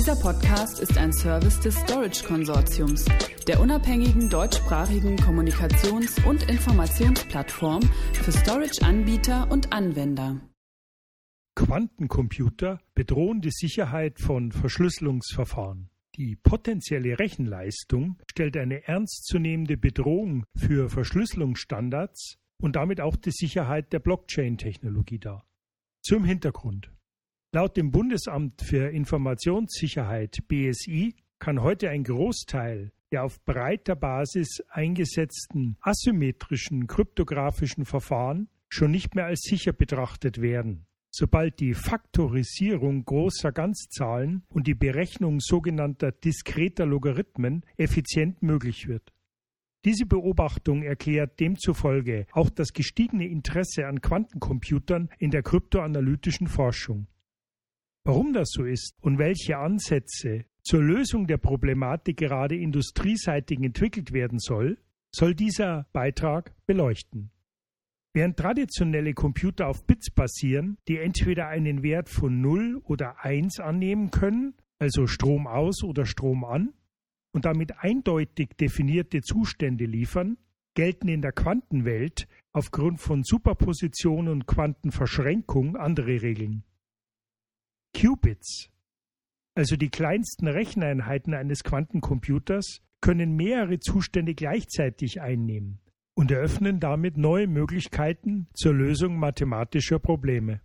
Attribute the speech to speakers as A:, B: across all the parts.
A: Dieser Podcast ist ein Service des Storage Konsortiums, der unabhängigen deutschsprachigen Kommunikations- und Informationsplattform für Storage-Anbieter und Anwender.
B: Quantencomputer bedrohen die Sicherheit von Verschlüsselungsverfahren. Die potenzielle Rechenleistung stellt eine ernstzunehmende Bedrohung für Verschlüsselungsstandards und damit auch die Sicherheit der Blockchain-Technologie dar. Zum Hintergrund. Laut dem Bundesamt für Informationssicherheit BSI kann heute ein Großteil der auf breiter Basis eingesetzten asymmetrischen kryptografischen Verfahren schon nicht mehr als sicher betrachtet werden, sobald die Faktorisierung großer Ganzzahlen und die Berechnung sogenannter diskreter Logarithmen effizient möglich wird. Diese Beobachtung erklärt demzufolge auch das gestiegene Interesse an Quantencomputern in der kryptoanalytischen Forschung. Warum das so ist und welche Ansätze zur Lösung der Problematik gerade industrieseitig entwickelt werden soll dieser Beitrag beleuchten. Während traditionelle Computer auf Bits basieren, die entweder einen Wert von 0 oder 1 annehmen können, also Strom aus oder Strom an, und damit eindeutig definierte Zustände liefern, gelten in der Quantenwelt aufgrund von Superposition und Quantenverschränkung andere Regeln. Qubits, also die kleinsten Recheneinheiten eines Quantencomputers, können mehrere Zustände gleichzeitig einnehmen und eröffnen damit neue Möglichkeiten zur Lösung mathematischer Probleme.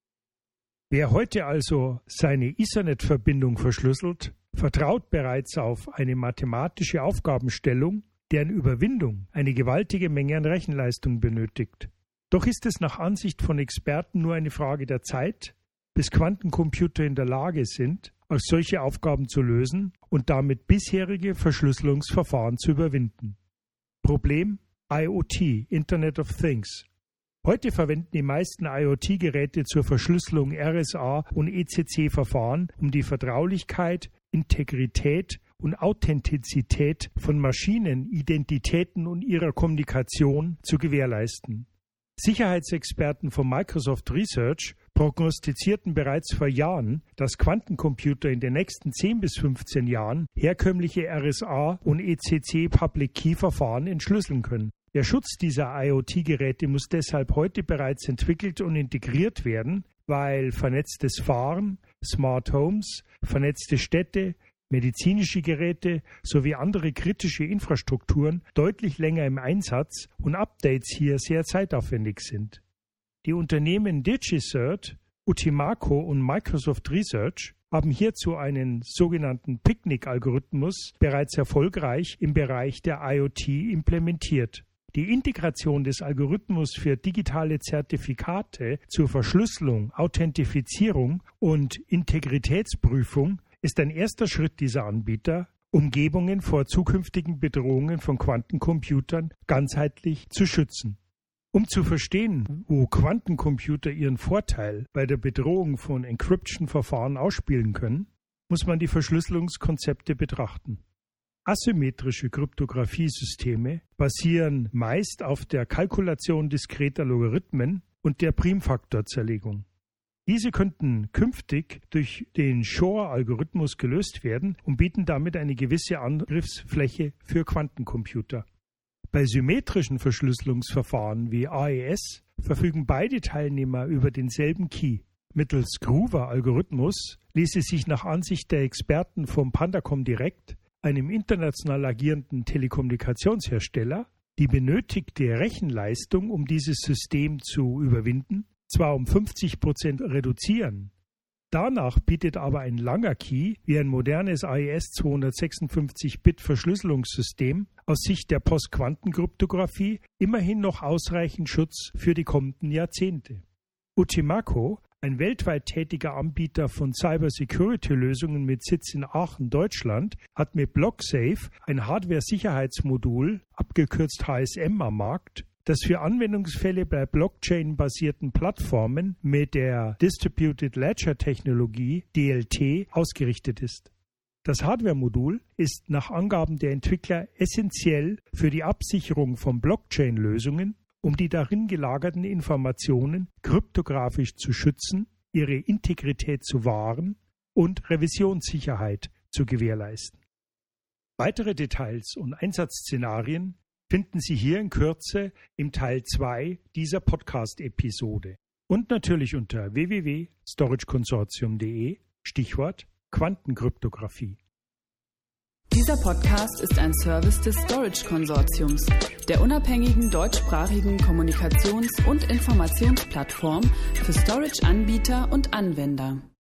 B: Wer heute also seine Ethernet-Verbindung verschlüsselt, vertraut bereits auf eine mathematische Aufgabenstellung, deren Überwindung eine gewaltige Menge an Rechenleistung benötigt. Doch ist es nach Ansicht von Experten nur eine Frage der Zeit, bis Quantencomputer in der Lage sind, auch solche Aufgaben zu lösen und damit bisherige Verschlüsselungsverfahren zu überwinden. Problem: IoT, Internet of Things. Heute verwenden die meisten IoT-Geräte zur Verschlüsselung RSA- und ECC-Verfahren, um die Vertraulichkeit, Integrität und Authentizität von Maschinen, Identitäten und ihrer Kommunikation zu gewährleisten. Sicherheitsexperten von Microsoft Research prognostizierten bereits vor Jahren, dass Quantencomputer in den nächsten 10 bis 15 Jahren herkömmliche RSA- und ECC-Public-Key-Verfahren entschlüsseln können. Der Schutz dieser IoT-Geräte muss deshalb heute bereits entwickelt und integriert werden, weil vernetztes Fahren, Smart Homes, vernetzte Städte, medizinische Geräte sowie andere kritische Infrastrukturen deutlich länger im Einsatz und Updates hier sehr zeitaufwendig sind. Die Unternehmen DigiCert, Utimaco und Microsoft Research haben hierzu einen sogenannten PICNIC-Algorithmus bereits erfolgreich im Bereich der IoT implementiert. Die Integration des Algorithmus für digitale Zertifikate zur Verschlüsselung, Authentifizierung und Integritätsprüfung ist ein erster Schritt dieser Anbieter, Umgebungen vor zukünftigen Bedrohungen von Quantencomputern ganzheitlich zu schützen. Um zu verstehen, wo Quantencomputer ihren Vorteil bei der Bedrohung von Encryption-Verfahren ausspielen können, muss man die Verschlüsselungskonzepte betrachten. Asymmetrische Kryptographiesysteme basieren meist auf der Kalkulation diskreter Logarithmen und der Primfaktorzerlegung. Diese könnten künftig durch den Shor-Algorithmus gelöst werden und bieten damit eine gewisse Angriffsfläche für Quantencomputer. Bei symmetrischen Verschlüsselungsverfahren wie AES verfügen beide Teilnehmer über denselben Key. Mittels Groover-Algorithmus ließe sich nach Ansicht der Experten vom Pandacom Direct, einem international agierenden Telekommunikationshersteller, die benötigte Rechenleistung, um dieses System zu überwinden, zwar um 50% reduzieren. Danach bietet aber ein langer Key wie ein modernes AES 256-Bit-Verschlüsselungssystem aus Sicht der Postquantenkryptographie immerhin noch ausreichend Schutz für die kommenden Jahrzehnte. Utimaco, ein weltweit tätiger Anbieter von Cybersecurity-Lösungen mit Sitz in Aachen, Deutschland, hat mit BlockSafe ein Hardware-Sicherheitsmodul, abgekürzt HSM, am Markt, das für Anwendungsfälle bei Blockchain-basierten Plattformen mit der Distributed Ledger-Technologie DLT ausgerichtet ist. Das Hardware-Modul ist nach Angaben der Entwickler essentiell für die Absicherung von Blockchain-Lösungen, um die darin gelagerten Informationen kryptografisch zu schützen, ihre Integrität zu wahren und Revisionssicherheit zu gewährleisten. Weitere Details und Einsatzszenarien finden Sie hier in Kürze im Teil 2 dieser Podcast-Episode und natürlich unter www.storageconsortium.de, Stichwort Quantenkryptographie.
A: Dieser Podcast ist ein Service des Storage Konsortiums, der unabhängigen deutschsprachigen Kommunikations- und Informationsplattform für Storage-Anbieter und Anwender.